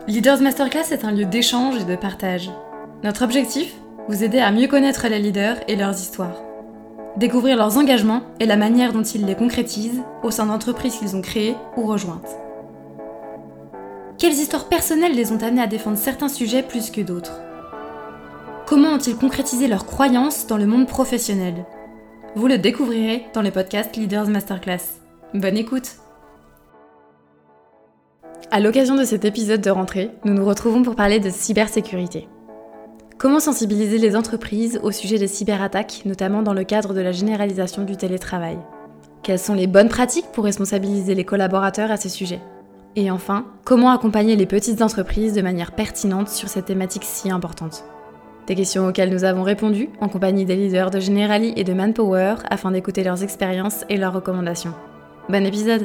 Leaders Masterclass est un lieu d'échange et de partage. Notre objectif, vous aider à mieux connaître les leaders et leurs histoires. Découvrir leurs engagements et la manière dont ils les concrétisent au sein d'entreprises qu'ils ont créées ou rejointes. Quelles histoires personnelles les ont amenés à défendre certains sujets plus que d'autres? Comment ont-ils concrétisé leurs croyances dans le monde professionnel? Vous le découvrirez dans le podcast Leaders Masterclass. Bonne écoute! À l'occasion de cet épisode de rentrée, nous nous retrouvons pour parler de cybersécurité. Comment sensibiliser les entreprises au sujet des cyberattaques, notamment dans le cadre de la généralisation du télétravail? Quelles sont les bonnes pratiques pour responsabiliser les collaborateurs à ces sujets? Et enfin, comment accompagner les petites entreprises de manière pertinente sur cette thématique si importante? Des questions auxquelles nous avons répondu en compagnie des leaders de Generali et de Manpower afin d'écouter leurs expériences et leurs recommandations. Bon épisode!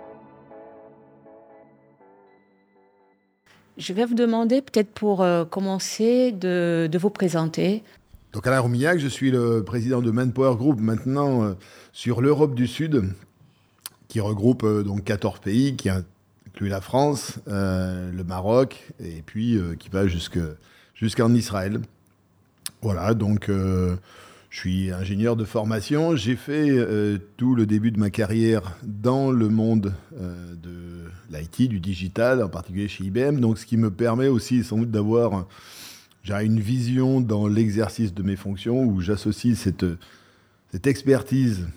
Je vais vous demander, peut-être pour commencer, de vous présenter. Donc Alain Roumillac, je suis le président de Manpower Group, maintenant sur l'Europe du Sud, qui regroupe donc 14 pays, qui inclut la France, le Maroc, et puis qui va jusqu'en Israël. Voilà, donc je suis ingénieur de formation. J'ai fait tout le début de ma carrière dans le monde de l'IT, du digital, en particulier chez IBM. Donc, ce qui me permet aussi sans doute d'avoir une vision dans l'exercice de mes fonctions où j'associe cette expertise,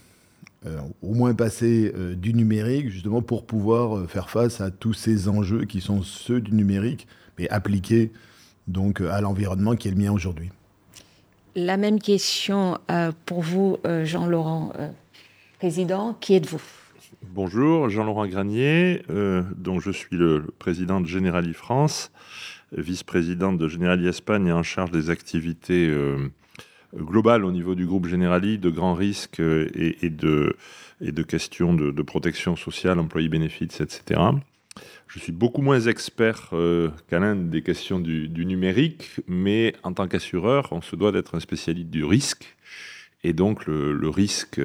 au moins passée, du numérique, justement pour pouvoir faire face à tous ces enjeux qui sont ceux du numérique, mais appliqués donc à l'environnement qui est le mien aujourd'hui. La même question pour vous, Jean-Laurent, président. Qui êtes-vous? Bonjour, Jean-Laurent Granier. Donc je suis le président de Generali France, vice-président de Generali Espagne et en charge des activités globales au niveau du groupe Generali, de grands risques et de questions de protection sociale, employés benefits, etc. Je suis beaucoup moins expert qu'Alain des questions du numérique, mais en tant qu'assureur, on se doit d'être un spécialiste du risque. Et donc, le risque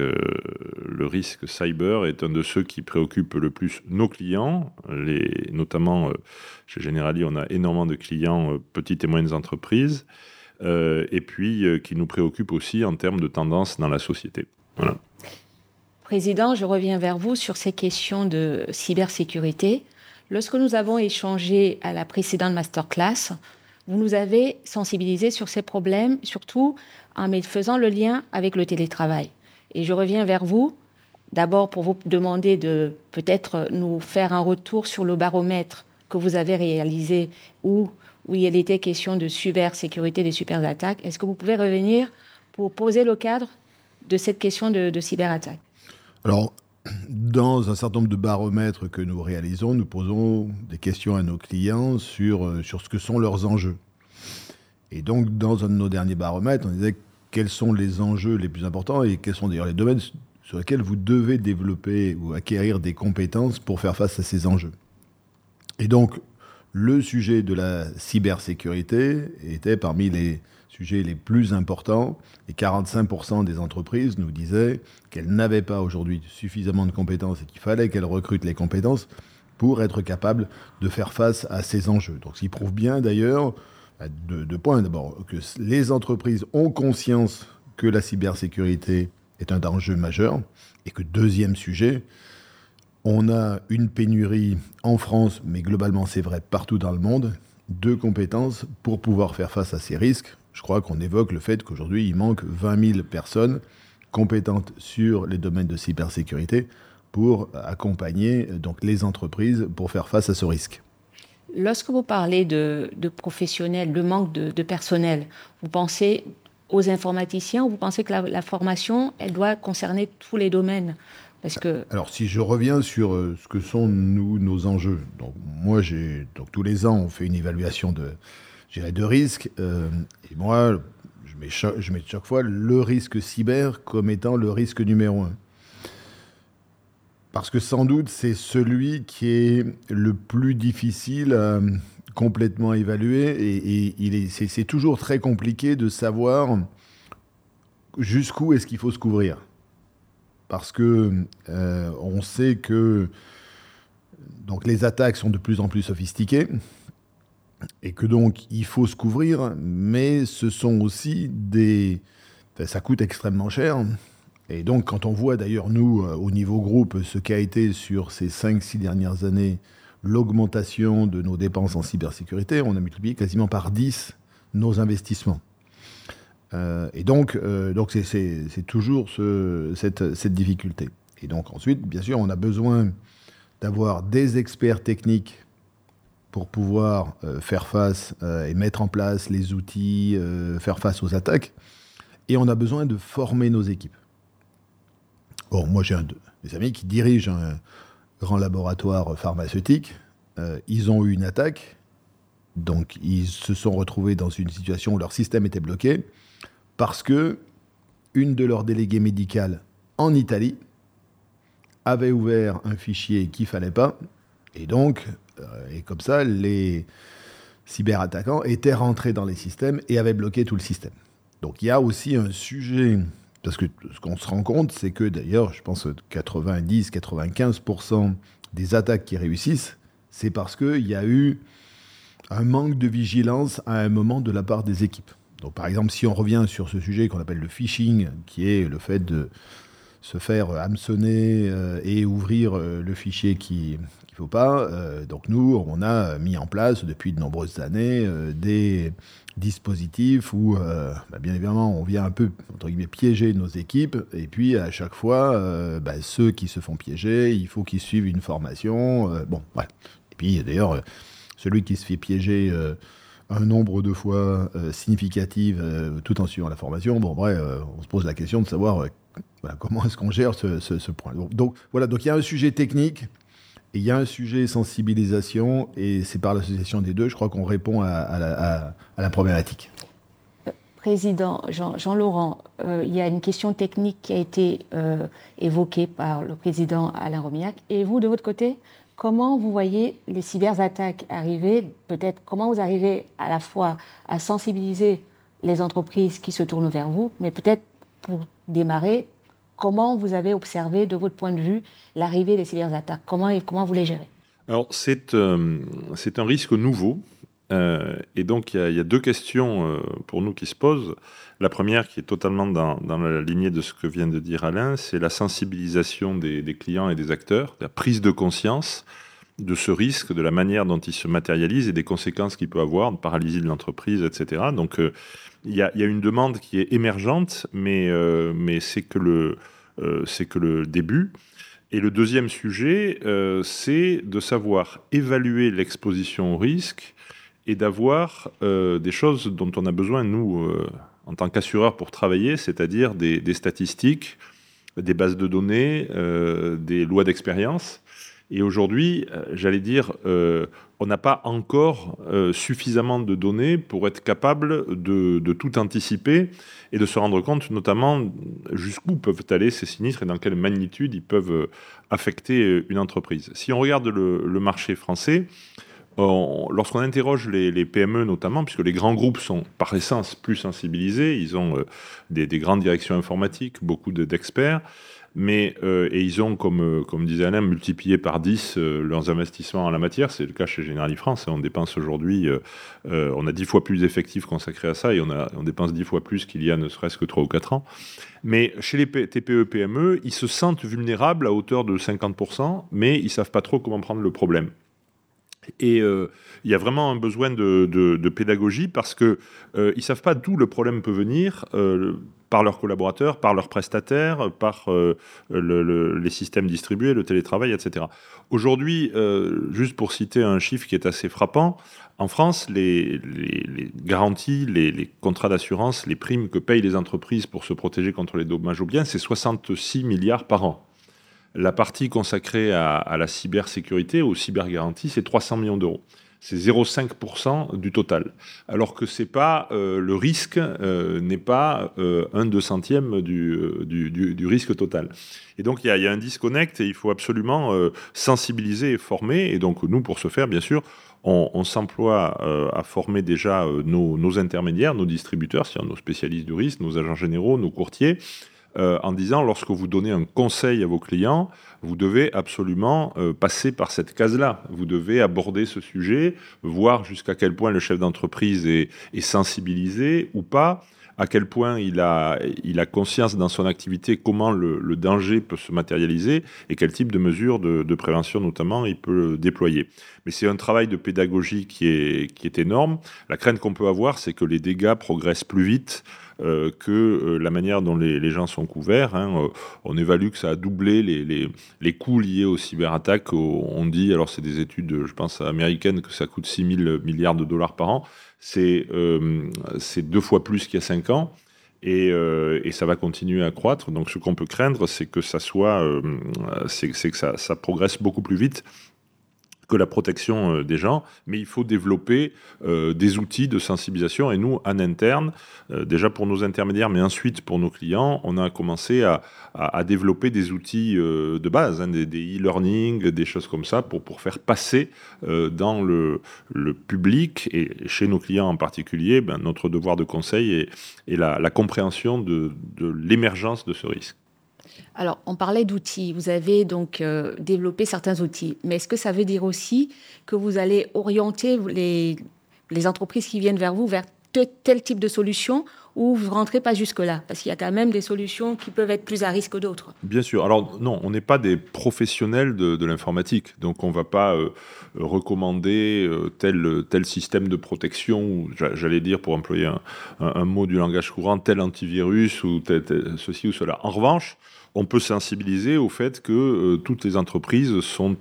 cyber est un de ceux qui préoccupent le plus nos clients. Notamment, chez Generali, on a énormément de clients, petites et moyennes entreprises, et puis qui nous préoccupent aussi en termes de tendance dans la société. Voilà. Président, je reviens vers vous sur ces questions de cybersécurité. Lorsque nous avons échangé à la précédente masterclass, vous nous avez sensibilisé sur ces problèmes, surtout en faisant le lien avec le télétravail. Et je reviens vers vous, d'abord pour vous demander de peut-être nous faire un retour sur le baromètre que vous avez réalisé où il était question de cybersécurité, des cyberattaques. Est-ce que vous pouvez revenir pour poser le cadre de cette question de cyberattaque? Alors, dans un certain nombre de baromètres que nous réalisons, nous posons des questions à nos clients sur ce que sont leurs enjeux. Et donc, dans un de nos derniers baromètres, on disait quels sont les enjeux les plus importants et quels sont d'ailleurs les domaines sur lesquels vous devez développer ou acquérir des compétences pour faire face à ces enjeux. Et donc, le sujet de la cybersécurité était parmi les sujets les plus importants. Et 45% des entreprises nous disaient qu'elles n'avaient pas aujourd'hui suffisamment de compétences et qu'il fallait qu'elles recrutent les compétences pour être capables de faire face à ces enjeux. Donc, ce qui prouve bien d'ailleurs deux points. D'abord, que les entreprises ont conscience que la cybersécurité est un enjeu majeur et que, deuxième sujet, on a une pénurie en France, mais globalement c'est vrai partout dans le monde, de compétences pour pouvoir faire face à ces risques. Je crois qu'on évoque le fait qu'aujourd'hui, il manque 20 000 personnes compétentes sur les domaines de cybersécurité pour accompagner donc, les entreprises pour faire face à ce risque. Lorsque vous parlez de professionnels, le manque de personnel, vous pensez aux informaticiens ou vous pensez que la formation, elle doit concerner tous les domaines? Parce que... Alors, si je reviens sur ce que sont nos enjeux, donc moi, tous les ans, on fait une évaluation de risque. Et moi, je mets chaque fois le risque cyber comme étant le risque numéro 1. Parce que sans doute, c'est celui qui est le plus difficile à complètement évaluer. Et c'est toujours très compliqué de savoir jusqu'où est-ce qu'il faut se couvrir. Parce que on sait que donc, les attaques sont de plus en plus sophistiquées. et que donc il faut se couvrir, mais ce sont aussi ça coûte extrêmement cher. Et donc quand on voit d'ailleurs nous, au niveau groupe, ce qu'a été sur ces 5-6 dernières années l'augmentation de nos dépenses en cybersécurité, on a multiplié quasiment par 10 nos investissements. Et donc c'est toujours cette difficulté. Et donc ensuite, bien sûr, on a besoin d'avoir des experts techniques pour pouvoir faire face et mettre en place les outils, faire face aux attaques. Et on a besoin de former nos équipes. Bon, moi j'ai des amis qui dirigent un grand laboratoire pharmaceutique. Ils ont eu une attaque, donc ils se sont retrouvés dans une situation où leur système était bloqué parce que une de leurs déléguées médicales en Italie avait ouvert un fichier qu'il ne fallait pas, et donc, et comme ça, les cyberattaquants étaient rentrés dans les systèmes et avaient bloqué tout le système. Donc il y a aussi un sujet, parce que ce qu'on se rend compte, c'est que d'ailleurs, je pense que 90-95% des attaques qui réussissent, c'est parce qu'il y a eu un manque de vigilance à un moment de la part des équipes. Donc par exemple, si on revient sur ce sujet qu'on appelle le phishing, qui est le fait de se faire hameçonner et ouvrir le fichier qu'il ne faut pas. Donc nous, on a mis en place depuis de nombreuses années des dispositifs où, bien évidemment, on vient un peu, entre guillemets, piéger nos équipes. Et puis, à chaque fois, ceux qui se font piéger, il faut qu'ils suivent une formation. Voilà. Et puis, d'ailleurs, celui qui se fait piéger un nombre de fois significatif tout en suivant la formation, on se pose la question de savoir comment est-ce qu'on gère ce point. Donc il y a un sujet technique et il y a un sujet sensibilisation, et c'est par l'association des deux, je crois qu'on répond à la problématique. Président Jean-Laurent, il y a une question technique qui a été évoquée par le président Alain Romillac. Et vous, de votre côté, comment vous voyez les cyberattaques arriver? Peut-être comment vous arrivez à la fois à sensibiliser les entreprises qui se tournent vers vous, mais peut-être pour démarrer, comment vous avez observé, de votre point de vue, l'arrivée des cyberattaques? Comment vous les gérez? Alors, c'est un risque nouveau. Et donc, il y a deux questions pour nous qui se posent. La première, qui est totalement dans la lignée de ce que vient de dire Alain, c'est la sensibilisation des clients et des acteurs, la prise de conscience de ce risque, de la manière dont il se matérialise et des conséquences qu'il peut avoir, de paralysie de l'entreprise, etc. Donc, il y a une demande qui est émergente, mais c'est que le début. Et le deuxième sujet, c'est de savoir évaluer l'exposition au risque et d'avoir des choses dont on a besoin, nous, en tant qu'assureurs, pour travailler, c'est-à-dire des statistiques, des bases de données, des lois d'expérience. Et aujourd'hui, j'allais dire, on n'a pas encore suffisamment de données pour être capable de tout anticiper et de se rendre compte, notamment, jusqu'où peuvent aller ces sinistres et dans quelle magnitude ils peuvent affecter une entreprise. Si on regarde le marché français, lorsqu'on interroge les PME notamment, puisque les grands groupes sont par essence plus sensibilisés, ils ont des grandes directions informatiques, beaucoup d'experts, mais et ils ont, comme disait Alain, multiplié par 10 leurs investissements en la matière. C'est le cas chez Generali France. On dépense aujourd'hui, on a 10 fois plus d'effectifs consacrés à ça, et on dépense 10 fois plus qu'il y a ne serait-ce que 3 ou 4 ans. Mais chez les TPE-PME, ils se sentent vulnérables à hauteur de 50%, mais ils ne savent pas trop comment prendre le problème. Et il y a vraiment un besoin de pédagogie parce qu'ils ne savent pas d'où le problème peut venir par leurs collaborateurs, par leurs prestataires, par les systèmes distribués, le télétravail, etc. Aujourd'hui, juste pour citer un chiffre qui est assez frappant, en France, les garanties, les contrats d'assurance, les primes que payent les entreprises pour se protéger contre les dommages aux biens, c'est 66 milliards par an. La partie consacrée à la cybersécurité, aux cybergaranties, c'est 300 millions d'euros. C'est 0,5% du total. Alors que c'est pas, le risque n'est pas 1/200 du risque total. Et donc, il y a un disconnect et il faut absolument sensibiliser et former. Et donc, nous, pour ce faire, bien sûr, on s'emploie à former déjà nos intermédiaires, nos distributeurs, c'est-à-dire nos spécialistes du risque, nos agents généraux, nos courtiers, en disant, lorsque vous donnez un conseil à vos clients, vous devez absolument passer par cette case-là. Vous devez aborder ce sujet, voir jusqu'à quel point le chef d'entreprise est sensibilisé ou pas, à quel point il a conscience dans son activité comment le danger peut se matérialiser et quel type de mesures de prévention notamment il peut déployer. Mais c'est un travail de pédagogie qui est énorme. La crainte qu'on peut avoir, c'est que les dégâts progressent plus vite que la manière dont les gens sont couverts. On évalue que ça a doublé les coûts liés aux cyberattaques. On dit, alors c'est des études, je pense, américaines, que ça coûte 6 000 milliards de dollars par an. C'est 2 fois plus qu'il y a 5 ans. Et ça va continuer à croître. Donc ce qu'on peut craindre, c'est que ça progresse beaucoup plus vite que la protection des gens, mais il faut développer des outils de sensibilisation. Et nous, en interne, déjà pour nos intermédiaires, mais ensuite pour nos clients, on a commencé à développer des outils de base, des e-learning, des choses comme ça, pour faire passer dans le public, et chez nos clients en particulier, notre devoir de conseil et la compréhension de l'émergence de ce risque. Alors, on parlait d'outils. Vous avez donc développé certains outils. Mais est-ce que ça veut dire aussi que vous allez orienter les entreprises qui viennent vers vous vers tel type de solution, ou vous ne rentrez pas jusque-là? Parce qu'il y a quand même des solutions qui peuvent être plus à risque que d'autres. Bien sûr. Alors non, on n'est pas des professionnels de l'informatique. Donc on ne va pas recommander tel système de protection, ou j'allais dire, pour employer un mot du langage courant, tel antivirus ou ceci ou cela. En revanche, on peut sensibiliser au fait que toutes les entreprises sont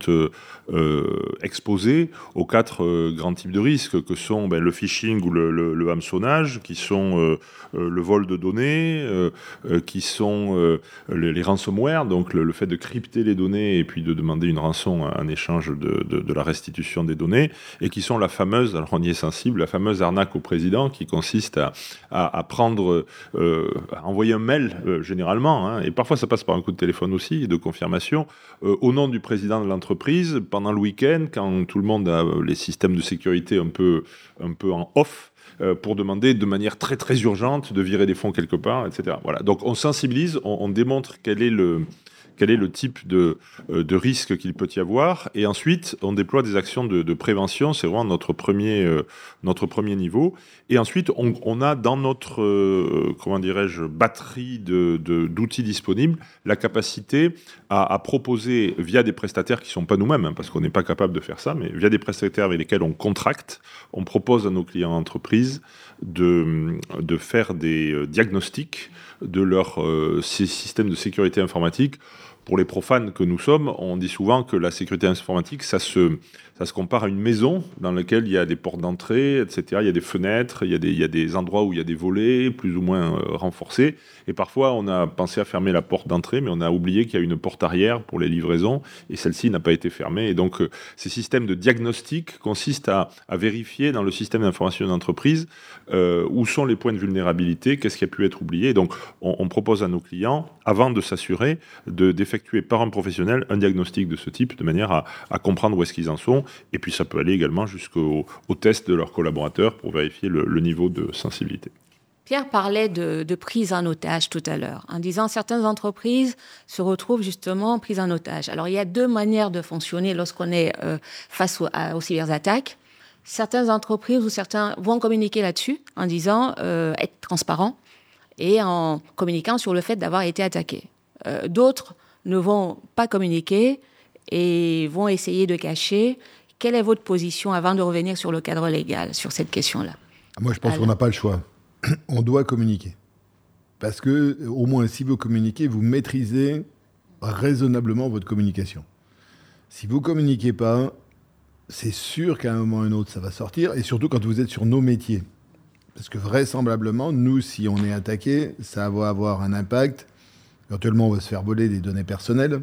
exposées aux 4 grands types de risques, que sont le phishing ou le hameçonnage, qui sont le vol de données, qui sont les ransomware, donc le fait de crypter les données et puis de demander une rançon en échange de la restitution des données, et qui sont la fameuse, alors on y est sensible, la fameuse arnaque au président, qui consiste à prendre, à envoyer un mail généralement, et parfois ça passe par un coup de téléphone aussi, de confirmation, au nom du président de l'entreprise, pendant le week-end, quand tout le monde a les systèmes de sécurité un peu en off, pour demander de manière très très urgente de virer des fonds quelque part, etc. Voilà. Donc on sensibilise, on démontre quel est le type de risque qu'il peut y avoir, et ensuite on déploie des actions de prévention. C'est vraiment notre premier niveau. Et ensuite on a dans notre batterie d'outils disponibles la capacité à proposer via des prestataires qui ne sont pas nous-mêmes, parce qu'on n'est pas capable de faire ça, mais via des prestataires avec lesquels on contracte, on propose à nos clients entreprises de faire des diagnostics de leur système de sécurité informatique. Pour les profanes que nous sommes, on dit souvent que la sécurité informatique, ça se compare à une maison dans laquelle il y a des portes d'entrée, etc. Il y a des fenêtres, il y a des endroits où il y a des volets plus ou moins renforcés. Et parfois, on a pensé à fermer la porte d'entrée, mais on a oublié qu'il y a une porte arrière pour les livraisons, et celle-ci n'a pas été fermée. Et donc, ces systèmes de diagnostic consistent à vérifier dans le système d'information d'entreprise où sont les points de vulnérabilité, qu'est-ce qui a pu être oublié. Et donc, on propose à nos clients, avant de s'assurer, d'effectuer par un professionnel un diagnostic de ce type, de manière à comprendre où est-ce qu'ils en sont. Et puis ça peut aller également jusqu'au test de leurs collaborateurs pour vérifier le niveau de sensibilité. Pierre parlait de prise en otage tout à l'heure, en disant certaines entreprises se retrouvent justement prises en otage. Alors il y a 2 manières de fonctionner lorsqu'on est face aux cyberattaques. Certaines entreprises ou certains vont communiquer là-dessus en disant être transparent et en communiquant sur le fait d'avoir été attaqué. D'autres ne vont pas communiquer et vont essayer de cacher. Quelle est votre position avant de revenir sur le cadre légal, sur cette question-là? Moi, je pense qu'on n'a pas le choix. On doit communiquer. Parce que, au moins, si vous communiquez, vous maîtrisez raisonnablement votre communication. Si vous ne communiquez pas, c'est sûr qu'à un moment ou à un autre, ça va sortir. Et surtout quand vous êtes sur nos métiers. Parce que vraisemblablement, nous, si on est attaqué, ça va avoir un impact. Éventuellement, on va se faire voler des données personnelles.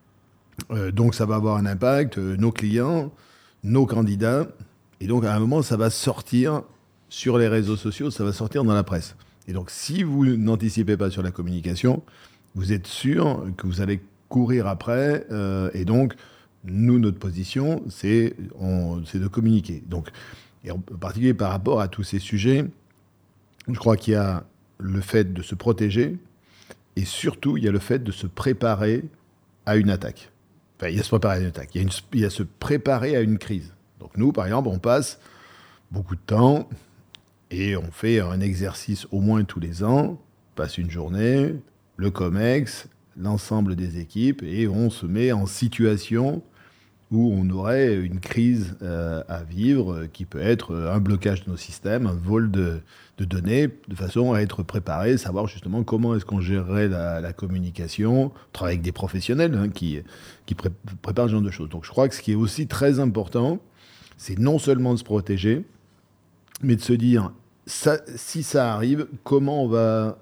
Donc, ça va avoir un impact. Nos clients, nos candidats. Et donc, à un moment, ça va sortir sur les réseaux sociaux, ça va sortir dans la presse. Et donc, si vous n'anticipez pas sur la communication, vous êtes sûr que vous allez courir après. Et donc, nous, notre position, c'est de communiquer. Donc, et en particulier par rapport à tous ces sujets, je crois qu'il y a le fait de se protéger et surtout, il y a le fait de se préparer à une attaque. Enfin, il y a se préparer à une attaque. Il y a se préparer à une crise. Donc nous, par exemple, on passe beaucoup de temps et on fait un exercice au moins tous les ans, on passe une journée, le COMEX, l'ensemble des équipes, et on se met en situation où on aurait une crise à vivre, qui peut être un blocage de nos systèmes, un vol de données, de façon à être préparé, savoir justement comment est-ce qu'on gérerait la communication. On travaille avec des professionnels qui préparent ce genre de choses. Donc je crois que ce qui est aussi très important, c'est non seulement de se protéger, mais de se dire, si ça arrive, comment on va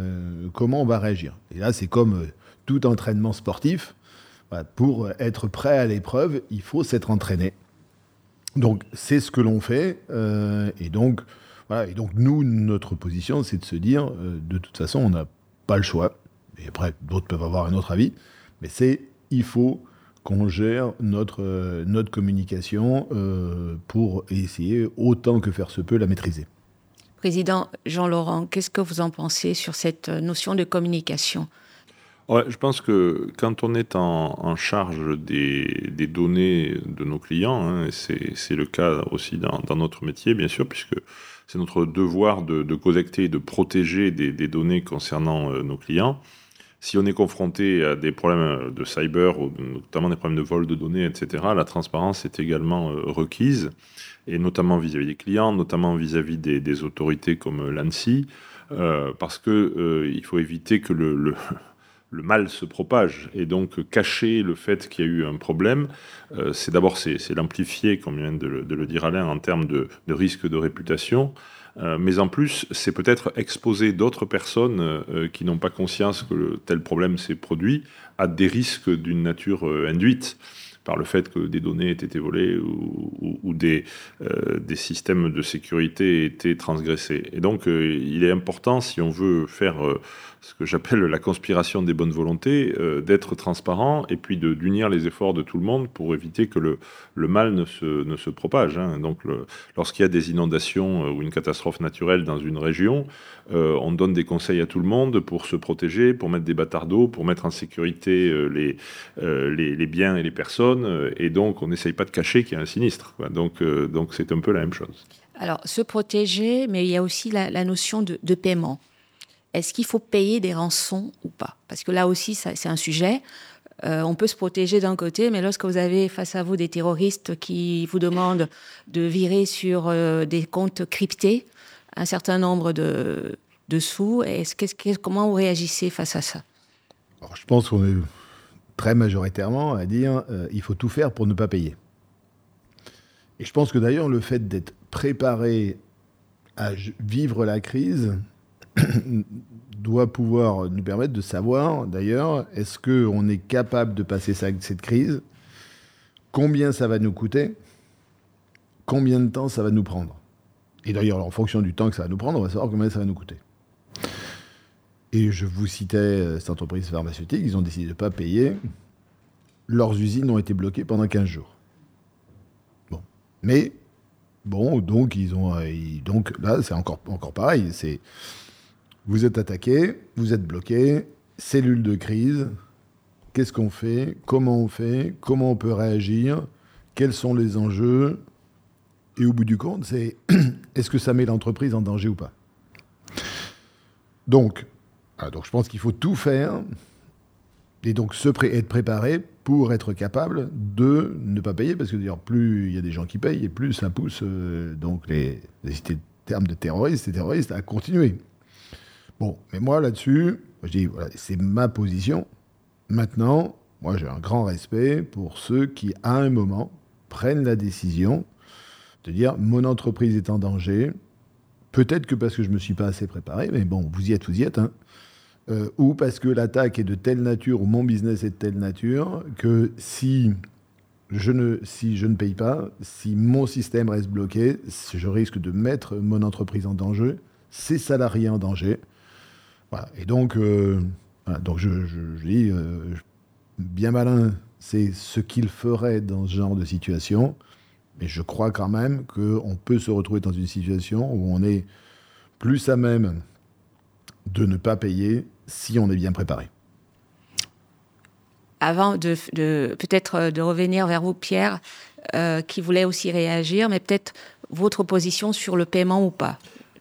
réagir. Et là, c'est comme tout entraînement sportif. Pour être prêt à l'épreuve, il faut s'être entraîné. Donc, c'est ce que l'on fait. Et donc, nous, notre position, c'est de se dire, de toute façon, on n'a pas le choix. Et après, d'autres peuvent avoir un autre avis. Mais il faut qu'on gère notre communication pour essayer, autant que faire se peut, la maîtriser. Président Jean-Laurent, qu'est-ce que vous en pensez sur cette notion de communication ? Ouais, je pense que quand on est en charge des données de nos clients, et c'est le cas aussi dans notre métier, bien sûr, puisque c'est notre devoir de collecter et de protéger des données concernant nos clients. Si on est confronté à des problèmes de cyber, ou notamment des problèmes de vol de données, etc., la transparence est également requise, et notamment vis-à-vis des clients, notamment vis-à-vis des autorités comme l'ANSSI, parce qu'il faut éviter que le mal se propage, et donc cacher le fait qu'il y a eu un problème, c'est l'amplifier, comme vient de le dire Alain, en termes de risque de réputation, mais en plus, c'est peut-être exposer d'autres personnes qui n'ont pas conscience que tel problème s'est produit à des risques d'une nature induite par le fait que des données aient été volées ou des systèmes de sécurité aient été transgressés. Et donc, il est important, si on veut faire ce que j'appelle la conspiration des bonnes volontés, d'être transparent et puis d'unir les efforts de tout le monde pour éviter que le mal ne se propage. Donc, lorsqu'il y a des inondations ou une catastrophe naturelle dans une région, on donne des conseils à tout le monde pour se protéger, pour mettre des bâtards d'eau, pour mettre en sécurité les biens et les personnes, et donc on n'essaye pas de cacher qu'il y a un sinistre, quoi. Donc c'est un peu la même chose. Alors, se protéger, mais il y a aussi la notion de paiement. Est-ce qu'il faut payer des rançons ou pas ? Parce que là aussi, c'est un sujet. On peut se protéger d'un côté, mais lorsque vous avez face à vous des terroristes qui vous demandent de virer sur des comptes cryptés un certain nombre de sous, comment vous réagissez face à ça ? Alors, je pense qu'on est très majoritairement à dire il faut tout faire pour ne pas payer. Et je pense que d'ailleurs, le fait d'être préparé à vivre la crise doit pouvoir nous permettre de savoir, d'ailleurs, est-ce qu'on est capable de passer cette crise, combien ça va nous coûter, combien de temps ça va nous prendre. Et d'ailleurs, en fonction du temps que ça va nous prendre, on va savoir combien ça va nous coûter. Et je vous citais cette entreprise pharmaceutique, ils ont décidé de ne pas payer. Leurs usines ont été bloquées pendant 15 jours. Bon. Mais, bon, donc, donc là, c'est encore pareil. Vous êtes attaqué, vous êtes bloqué, cellule de crise. Qu'est-ce qu'on fait ? Comment on fait ? Comment on peut réagir ? Quels sont les enjeux ? Et au bout du compte, c'est est-ce que ça met l'entreprise en danger ou pas ? Donc je pense qu'il faut tout faire et donc être préparé pour être capable de ne pas payer, parce que d'ailleurs, plus il y a des gens qui payent et plus ça pousse donc les termes de terroristes à continuer. Bon, mais moi là-dessus, je dis voilà, c'est ma position. Maintenant, moi j'ai un grand respect pour ceux qui, à un moment, prennent la décision de dire mon entreprise est en danger, peut-être que parce que je ne me suis pas assez préparé, mais bon, vous y êtes, hein. Ou parce que l'attaque est de telle nature, ou mon business est de telle nature, que si je ne paye pas, si mon système reste bloqué, je risque de mettre mon entreprise en danger, ses salariés en danger. Voilà. Et donc, donc je dis, bien malin, c'est ce qu'il ferait dans ce genre de situation. Mais je crois quand même qu'on peut se retrouver dans une situation où on est plus à même de ne pas payer si on est bien préparé. Avant peut-être de revenir vers vous, Pierre, qui voulait aussi réagir, mais peut-être votre position sur le paiement ou pas.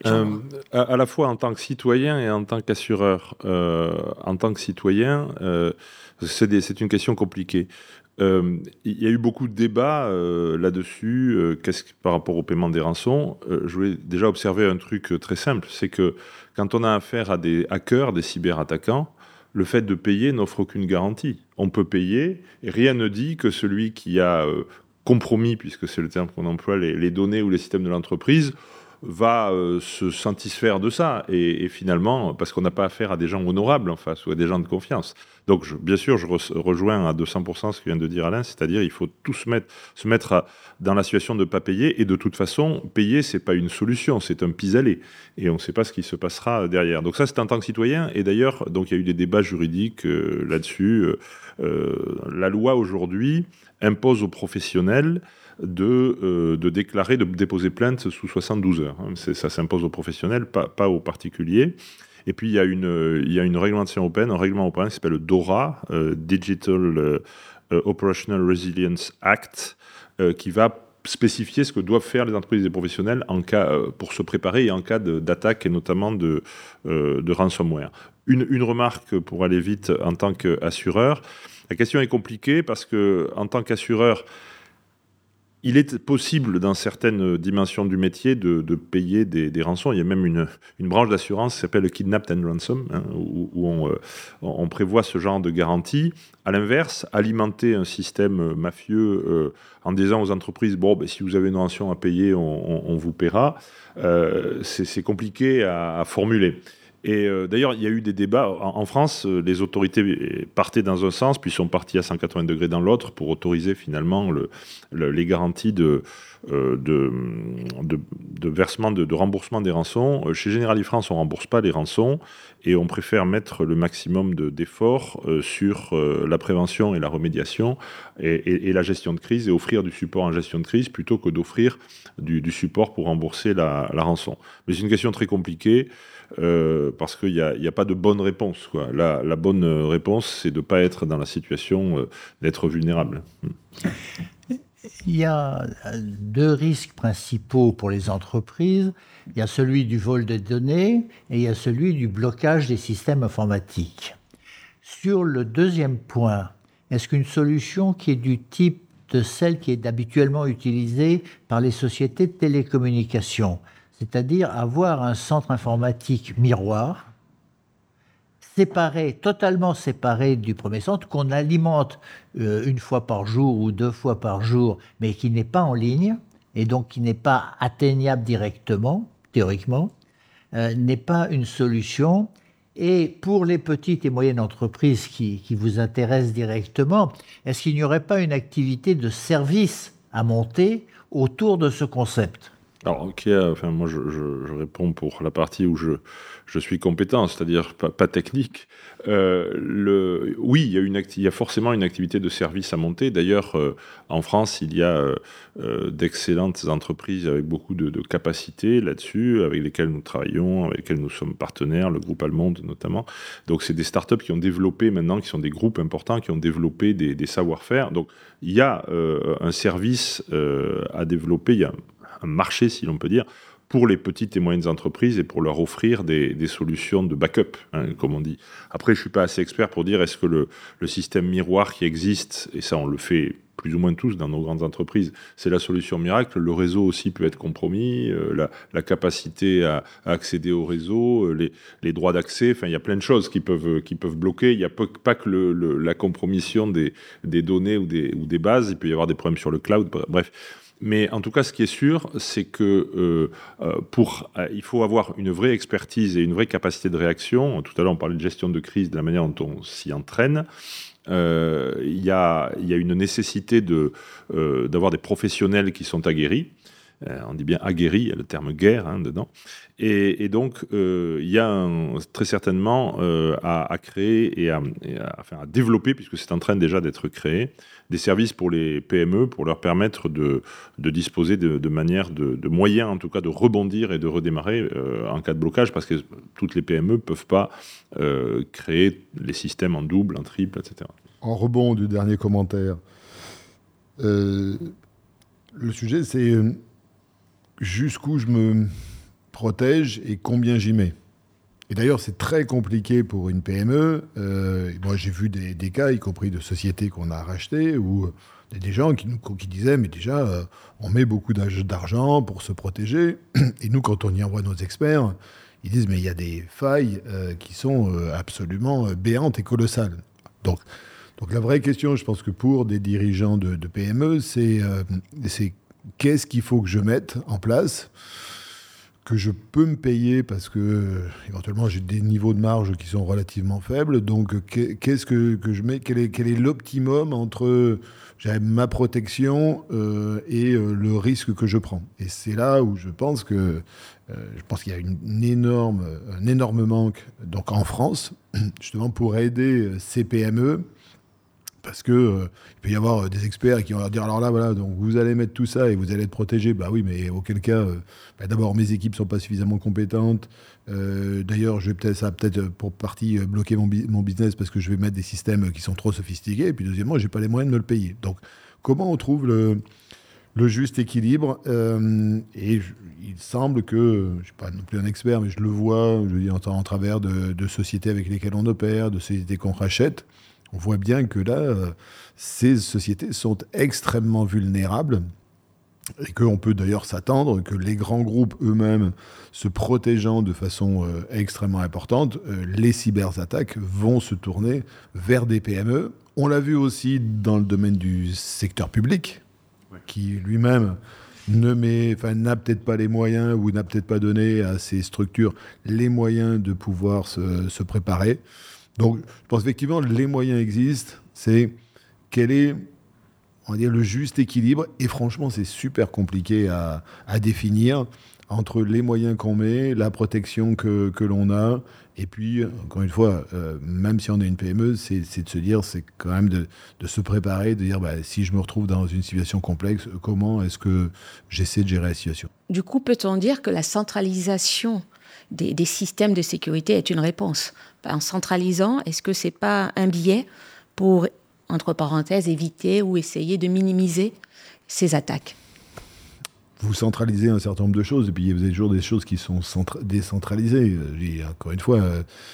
À la fois en tant que citoyen et en tant qu'assureur. En tant que citoyen, c'est une question compliquée. Il y a eu beaucoup de débats là-dessus, par rapport au paiement des rançons. Je voulais déjà observer un truc très simple, c'est que quand on a affaire à des hackers, des cyberattaquants, le fait de payer n'offre aucune garantie. On peut payer, et rien ne dit que celui qui a compromis, puisque c'est le terme qu'on emploie, les données ou les systèmes de l'entreprise, va se satisfaire de ça. Et finalement, parce qu'on n'a pas affaire à des gens honorables en face, ou à des gens de confiance. Donc, bien sûr, je rejoins à 200% ce que vient de dire Alain, c'est-à-dire il faut tous se mettre dans la situation de ne pas payer. Et de toute façon, payer, ce n'est pas une solution, c'est un pis-aller. Et on ne sait pas ce qui se passera derrière. Donc ça, c'est en tant que citoyen. Et d'ailleurs, donc, il y a eu des débats juridiques là-dessus. La loi, aujourd'hui, impose aux professionnels de déclarer, de déposer plainte sous 72 heures. Ça s'impose aux professionnels, pas aux particuliers. Et puis, il y a une réglementation européenne, un règlement européen qui s'appelle le DORA, Digital Operational Resilience Act, qui va spécifier ce que doivent faire les entreprises et les professionnels pour se préparer et en cas d'attaque, et notamment de ransomware. Une remarque pour aller vite en tant qu'assureur. La question est compliquée parce qu'en tant qu'assureur, il est possible, dans certaines dimensions du métier, de payer des rançons. Il y a même une branche d'assurance qui s'appelle le Kidnapped and Ransom, où on prévoit ce genre de garantie. À l'inverse, alimenter un système mafieux en disant aux entreprises, si vous avez une rançon à payer, on vous paiera, c'est compliqué à formuler. Et d'ailleurs, il y a eu des débats. En France, les autorités partaient dans un sens, puis sont parties à 180 degrés dans l'autre pour autoriser finalement les garanties de versement, de remboursement des rançons. Chez Generali France, on ne rembourse pas les rançons et on préfère mettre le maximum d'efforts sur la prévention et la remédiation et la gestion de crise, et offrir du support en gestion de crise plutôt que d'offrir du support pour rembourser la rançon. Mais c'est une question très compliquée. Parce qu'il n'y a pas de bonne réponse, quoi. La bonne réponse, c'est de ne pas être dans la situation d'être vulnérable. Il y a deux risques principaux pour les entreprises. Il y a celui du vol de données et il y a celui du blocage des systèmes informatiques. Sur le deuxième point, est-ce qu'une solution qui est du type de celle qui est habituellement utilisée par les sociétés de télécommunications, c'est-à-dire avoir un centre informatique miroir, totalement séparé du premier centre, qu'on alimente une fois par jour ou 2 fois par jour, mais qui n'est pas en ligne, et donc qui n'est pas atteignable directement, théoriquement, n'est pas une solution. Et pour les petites et moyennes entreprises qui vous intéressent directement, est-ce qu'il n'y aurait pas une activité de service à monter autour de ce concept ? Alors, moi, je réponds pour la partie où je suis compétent, c'est-à-dire pas technique. Oui, il y a forcément une activité de service à monter. D'ailleurs, en France, il y a d'excellentes entreprises avec beaucoup de capacités là-dessus, avec lesquelles nous travaillons, avec lesquelles nous sommes partenaires, le groupe Allemande notamment. Donc, c'est des startups qui ont développé maintenant, qui sont des groupes importants, qui ont développé des savoir-faire. Donc, il y a un service à développer, il y a un marché, si l'on peut dire, pour les petites et moyennes entreprises et pour leur offrir des solutions de backup, comme on dit. Après, je ne suis pas assez expert pour dire est-ce que le système miroir qui existe, et ça on le fait plus ou moins tous dans nos grandes entreprises, c'est la solution miracle. Le réseau aussi peut être compromis, la capacité à accéder au réseau, les droits d'accès, enfin il y a plein de choses qui peuvent bloquer. Il n'y a pas que la compromission des données ou des bases, il peut y avoir des problèmes sur le cloud, bref. Mais en tout cas, ce qui est sûr, c'est que il faut avoir une vraie expertise et une vraie capacité de réaction. Tout à l'heure, on parlait de gestion de crise, de la manière dont on s'y entraîne. Il y a une nécessité d'avoir des professionnels qui sont aguerris. On dit bien aguerri, il y a le terme guerre dedans. Et donc, il y a très certainement à créer et à développer, puisque c'est en train déjà d'être créé, des services pour les PME, pour leur permettre de disposer de manière, de moyens en tout cas, de rebondir et de redémarrer en cas de blocage, parce que toutes les PME ne peuvent pas créer les systèmes en double, en triple, etc. En rebond du dernier commentaire, le sujet c'est jusqu'où je me protège et combien j'y mets. Et d'ailleurs, c'est très compliqué pour une PME. Moi, j'ai vu des cas, y compris de sociétés qu'on a rachetées, où des gens qui disaient, mais déjà, on met beaucoup d'argent pour se protéger. Et nous, quand on y envoie nos experts, ils disent, mais il y a des failles qui sont absolument béantes et colossales. Donc, la vraie question, je pense que pour des dirigeants de PME, c'est qu'est-ce qu'il faut que je mette en place, que je peux me payer parce que éventuellement j'ai des niveaux de marge qui sont relativement faibles. Donc qu'est-ce que je mets, quel est l'optimum entre ma protection et le risque que je prends. Et c'est là où je pense qu'il y a un énorme manque donc en France, justement pour aider ces PME. Parce que il peut y avoir des experts qui vont leur dire alors là voilà, donc vous allez mettre tout ça et vous allez être protégé. Bah oui, mais auquel cas d'abord mes équipes sont pas suffisamment compétentes. D'ailleurs, ça va peut-être pour partie bloquer mon business parce que je vais mettre des systèmes qui sont trop sophistiqués. Et puis deuxièmement, j'ai pas les moyens de me le payer. Donc comment on trouve le juste équilibre et il semble que je suis pas non plus un expert, mais je le vois, je dis en travers de sociétés avec lesquelles on opère, de sociétés qu'on rachète. On voit bien que là, ces sociétés sont extrêmement vulnérables et qu'on peut d'ailleurs s'attendre que les grands groupes eux-mêmes se protégeant de façon extrêmement importante, les cyberattaques vont se tourner vers des PME. On l'a vu aussi dans le domaine du secteur public, qui lui-même n'a peut-être pas les moyens ou n'a peut-être pas donné à ces structures les moyens de pouvoir se préparer. Donc, je pense effectivement que les moyens existent. C'est quel est, on va dire, le juste équilibre. Et franchement, c'est super compliqué à définir entre les moyens qu'on met, la protection que l'on a. Et puis, encore une fois, même si on est une PME, c'est de se dire, c'est quand même de se préparer, de dire, si je me retrouve dans une situation complexe, comment est-ce que j'essaie de gérer la situation ? Du coup, peut-on dire que la centralisation des systèmes de sécurité est une réponse? En centralisant, est-ce que ce n'est pas un biais pour, entre parenthèses, éviter ou essayer de minimiser ces attaques? Vous centralisez un certain nombre de choses, et puis vous avez toujours des choses qui sont décentralisées. Encore une fois,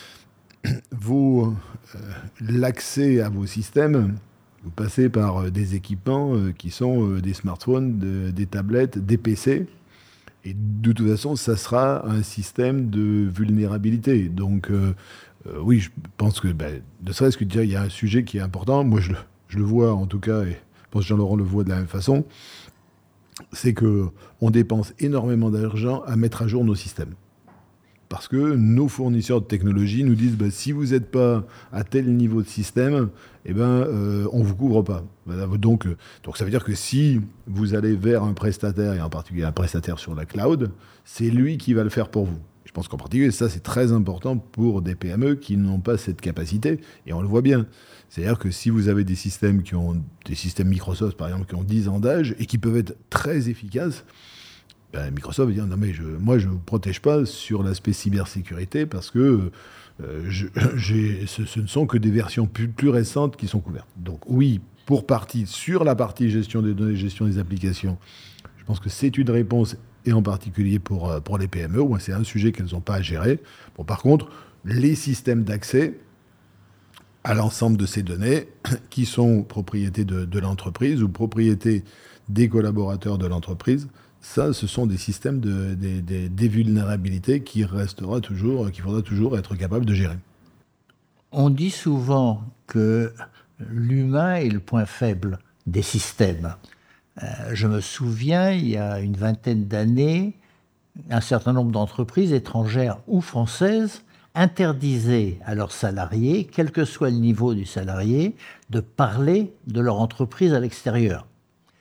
l'accès à vos systèmes, vous passez par des équipements qui sont des smartphones, des tablettes, des PC. Et de toute façon, ça sera un système de vulnérabilité. Donc, oui, je pense que, ne serait-ce que dire, il y a un sujet qui est important. Moi, je le vois en tout cas, et je pense que Jean-Laurent le voit de la même façon, c'est qu'on dépense énormément d'argent à mettre à jour nos systèmes. Parce que nos fournisseurs de technologie nous disent si vous n'êtes pas à tel niveau de système, on ne vous couvre pas. Voilà, donc ça veut dire que si vous allez vers un prestataire, et en particulier un prestataire sur la cloud, c'est lui qui va le faire pour vous. Je pense qu'en particulier, ça c'est très important pour des PME qui n'ont pas cette capacité, et on le voit bien. C'est-à-dire que si vous avez des systèmes Microsoft par exemple qui ont 10 ans d'âge et qui peuvent être très efficaces, Microsoft va dire non mais moi je ne vous protège pas sur l'aspect cybersécurité parce que ce ne sont que des versions plus récentes qui sont couvertes. Donc oui, sur la partie gestion des données, gestion des applications, je pense que c'est une réponse, et en particulier pour les PME, où c'est un sujet qu'elles n'ont pas à gérer. Bon, par contre, les systèmes d'accès à l'ensemble de ces données qui sont propriété de l'entreprise ou propriété des collaborateurs de l'entreprise, ça, ce sont des systèmes des vulnérabilités qu'il faudra toujours être capable de gérer. On dit souvent que l'humain est le point faible des systèmes. Je me souviens, il y a une vingtaine d'années, un certain nombre d'entreprises étrangères ou françaises interdisaient à leurs salariés, quel que soit le niveau du salarié, de parler de leur entreprise à l'extérieur.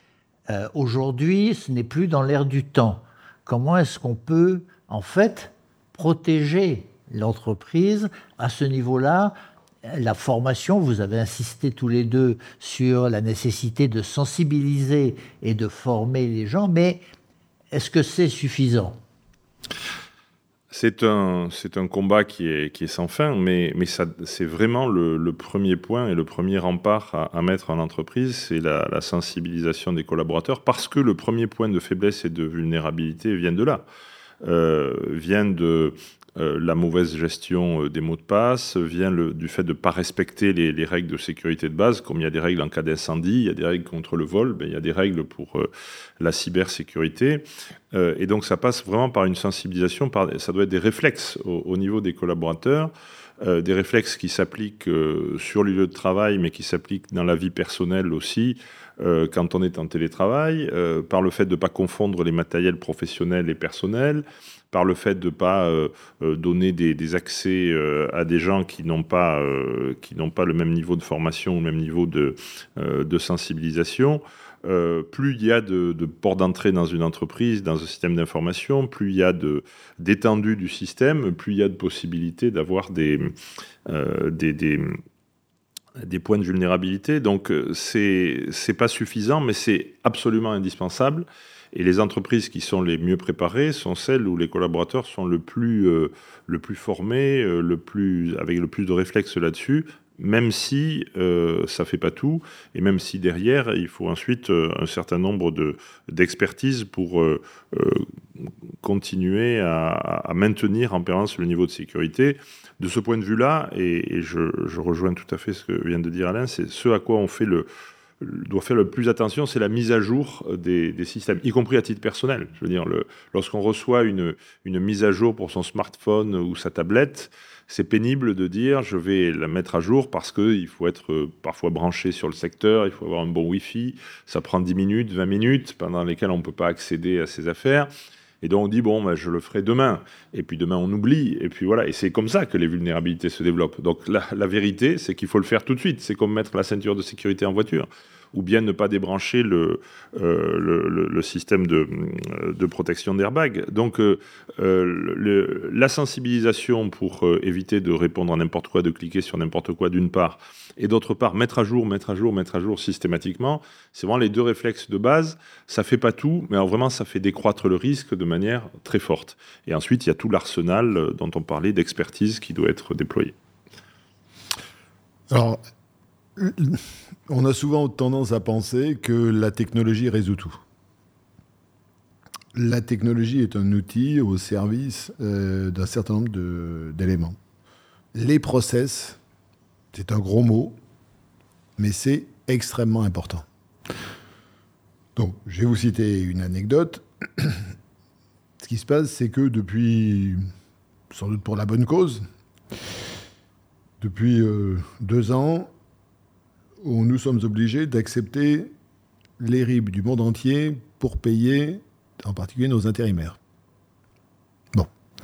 Aujourd'hui, ce n'est plus dans l'air du temps. Comment est-ce qu'on peut, en fait, protéger l'entreprise à ce niveau-là? La formation, vous avez insisté tous les deux sur la nécessité de sensibiliser et de former les gens, mais est-ce que c'est suffisant ? C'est un combat qui est sans fin, mais ça, c'est vraiment le premier point et le premier rempart à mettre en entreprise, c'est la sensibilisation des collaborateurs, parce que le premier point de faiblesse et de vulnérabilité vient de là, vient de la mauvaise gestion des mots de passe, vient du fait de ne pas respecter les règles de sécurité de base, comme il y a des règles en cas d'incendie, il y a des règles contre le vol, il y a des règles pour la cybersécurité. Et donc ça passe vraiment par une sensibilisation, ça doit être des réflexes au niveau des collaborateurs, des réflexes qui s'appliquent sur le lieu de travail, mais qui s'appliquent dans la vie personnelle aussi, quand on est en télétravail, par le fait de ne pas confondre les matériels professionnels et personnels, par le fait de ne pas donner des accès à des gens qui n'ont pas le même niveau de formation ou le même niveau de sensibilisation. Plus il y a de ports d'entrée dans une entreprise, dans un système d'information, plus il y a d'étendue du système, plus il y a de possibilités d'avoir des points de vulnérabilité. Donc, c'est pas suffisant, mais c'est absolument indispensable. Et les entreprises qui sont les mieux préparées sont celles où les collaborateurs sont le plus formés, avec le plus de réflexes là-dessus, même si ça fait pas tout, et même si derrière, il faut ensuite un certain nombre d'expertises pour continuer à maintenir en permanence le niveau de sécurité. De ce point de vue-là, et je rejoins tout à fait ce que vient de dire Alain, c'est ce à quoi on doit faire le plus attention, c'est la mise à jour des systèmes, y compris à titre personnel. Je veux dire, lorsqu'on reçoit une mise à jour pour son smartphone ou sa tablette, c'est pénible de dire je vais la mettre à jour parce qu'il faut être parfois branché sur le secteur, il faut avoir un bon Wi-Fi, ça prend 10 minutes, 20 minutes, pendant lesquelles on ne peut pas accéder à ses affaires. Et donc on dit, je le ferai demain. Et puis demain, on oublie. Et puis voilà. Et c'est comme ça que les vulnérabilités se développent. Donc la vérité, c'est qu'il faut le faire tout de suite. C'est comme mettre la ceinture de sécurité en voiture. Ou bien ne pas débrancher le système de protection d'airbag. Donc la sensibilisation pour éviter de répondre à n'importe quoi, de cliquer sur n'importe quoi d'une part, et d'autre part mettre à jour systématiquement, c'est vraiment les deux réflexes de base. Ça fait pas tout, mais alors vraiment ça fait décroître le risque de manière très forte. Et ensuite il y a tout l'arsenal dont on parlait d'expertise qui doit être déployé. Alors, on a souvent tendance à penser que la technologie résout tout. La technologie est un outil au service d'un certain nombre d'éléments. Les process, c'est un gros mot, mais c'est extrêmement important. Donc, je vais vous citer une anecdote. Ce qui se passe, c'est que depuis, sans doute pour la bonne cause, depuis 2 ans, où nous sommes obligés d'accepter les RIB du monde entier pour payer, en particulier, nos intérimaires. Bon.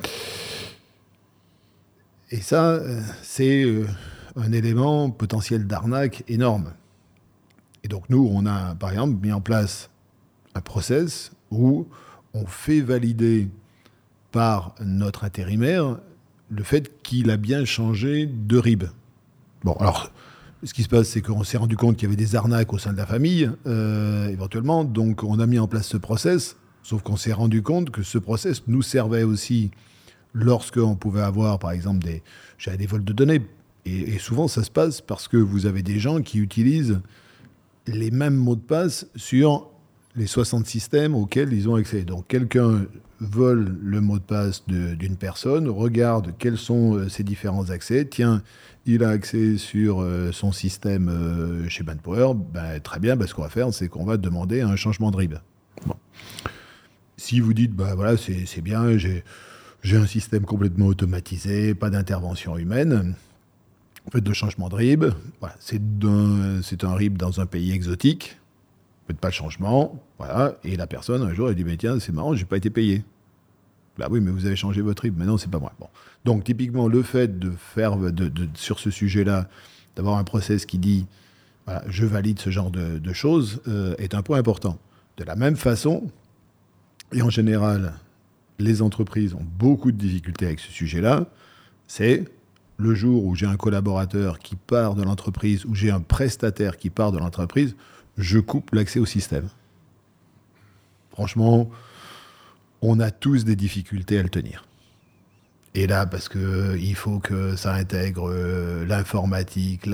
Et ça, c'est un élément potentiel d'arnaque énorme. Et donc, nous, on a, par exemple, mis en place un process où on fait valider par notre intérimaire le fait qu'il a bien changé de RIB. Bon, alors... Ce qui se passe, c'est qu'on s'est rendu compte qu'il y avait des arnaques au sein de la famille, éventuellement. Donc, on a mis en place ce process. Sauf qu'on s'est rendu compte que ce process nous servait aussi lorsqu'on pouvait avoir, par exemple, des vols de données. Et souvent, ça se passe parce que vous avez des gens qui utilisent les mêmes mots de passe sur les 60 systèmes auxquels ils ont accès. Donc, quelqu'un vole le mot de passe d'une personne, regarde quels sont ses différents accès. Tiens, il a accès sur son système chez Manpower. Très bien, ce qu'on va faire, c'est qu'on va demander un changement de RIB. Bon. Si vous dites, c'est bien, j'ai un système complètement automatisé, pas d'intervention humaine, faites le changement de RIB. Voilà, c'est un RIB dans un pays exotique. Faites pas le changement, voilà. Et la personne, un jour, elle dit, mais tiens, c'est marrant, j'ai pas été payé. Oui, mais vous avez changé votre RIB. Mais non, c'est pas moi. Bon. Donc, typiquement, le fait de faire, sur ce sujet-là, d'avoir un process qui dit, voilà, je valide ce genre de choses, est un point important. De la même façon, et en général, les entreprises ont beaucoup de difficultés avec ce sujet-là, c'est le jour où j'ai un collaborateur qui part de l'entreprise, ou j'ai un prestataire qui part de l'entreprise, je coupe l'accès au système. Franchement, on a tous des difficultés à le tenir. Et là, parce qu'il faut que ça intègre l'informatique,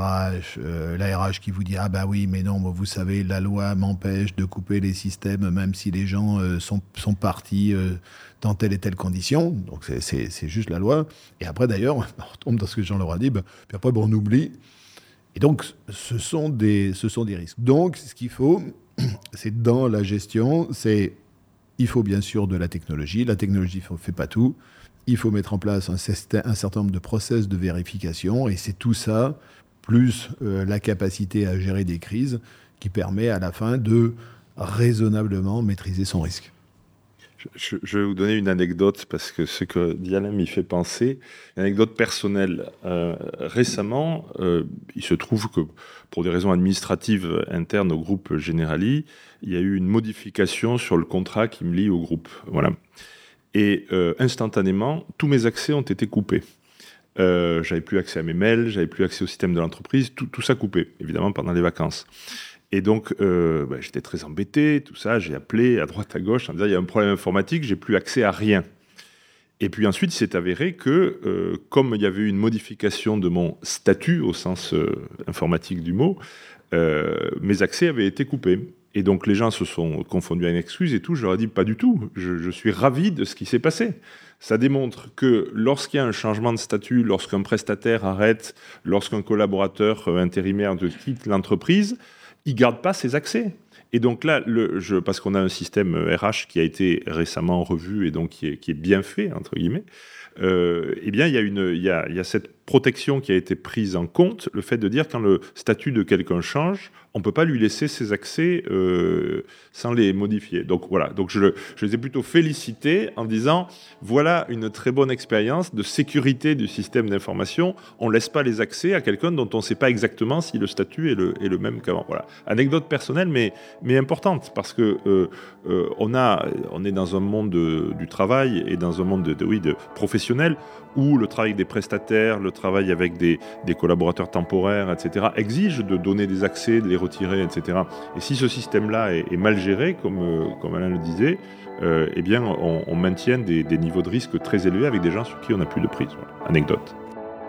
l'ARH qui vous dit « Ah ben oui, mais non, vous savez, la loi m'empêche de couper les systèmes même si les gens sont partis dans telle et telle condition. » Donc c'est juste la loi. Et après d'ailleurs, on retombe dans ce que Jean leur a dit, puis après on oublie. Et donc ce sont des risques. Donc ce qu'il faut, c'est dans la gestion, il faut bien sûr de la technologie. La technologie ne fait pas tout. Il faut mettre en place un certain nombre de process de vérification, et c'est tout ça, plus la capacité à gérer des crises, qui permet à la fin de raisonnablement maîtriser son risque. Je vais vous donner une anecdote, parce que ce que dit Alain m'y fait penser, une anecdote personnelle. Récemment, il se trouve que pour des raisons administratives internes au groupe Generali, il y a eu une modification sur le contrat qui me lie au groupe. Voilà. Et instantanément, tous mes accès ont été coupés. J'avais plus accès à mes mails, j'avais plus accès au système de l'entreprise, tout ça coupé, évidemment, pendant les vacances. Et donc, j'étais très embêté, tout ça, j'ai appelé à droite, à gauche, en me disant, il y a un problème informatique, j'ai plus accès à rien. Et puis ensuite, il s'est avéré que, comme il y avait eu une modification de mon statut, au sens informatique du mot, mes accès avaient été coupés. Et donc les gens se sont confondus à une excuse et tout. Je leur ai dit pas du tout. Je suis ravi de ce qui s'est passé. Ça démontre que lorsqu'il y a un changement de statut, lorsqu'un prestataire arrête, lorsqu'un collaborateur intérimaire quitte l'entreprise, il ne garde pas ses accès. Et donc là, parce qu'on a un système RH qui a été récemment revu et donc qui est bien fait, entre guillemets, eh bien, il y a cette protection qui a été prise en compte, le fait de dire quand le statut de quelqu'un change, on ne peut pas lui laisser ses accès sans les modifier. Donc voilà, donc je les ai plutôt félicités en disant, voilà une très bonne expérience de sécurité du système d'information, on ne laisse pas les accès à quelqu'un dont on ne sait pas exactement si le statut est le même qu'avant. Voilà. Anecdote personnelle, mais importante, parce que on est dans un monde du travail et dans un monde de professionnel où le travail avec des prestataires, le travail avec des collaborateurs temporaires, etc., exige de donner des accès, de les retirer, etc. Et si ce système-là est mal géré, comme Alain le disait, eh bien, on maintient des niveaux de risque très élevés avec des gens sur qui on n'a plus de prise. Voilà. Anecdote.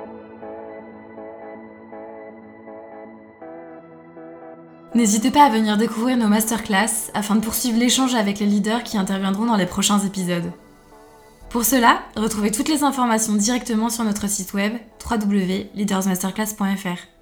N'hésitez pas à venir découvrir nos masterclass afin de poursuivre l'échange avec les leaders qui interviendront dans les prochains épisodes. Pour cela, retrouvez toutes les informations directement sur notre site web www.leadersmasterclass.fr.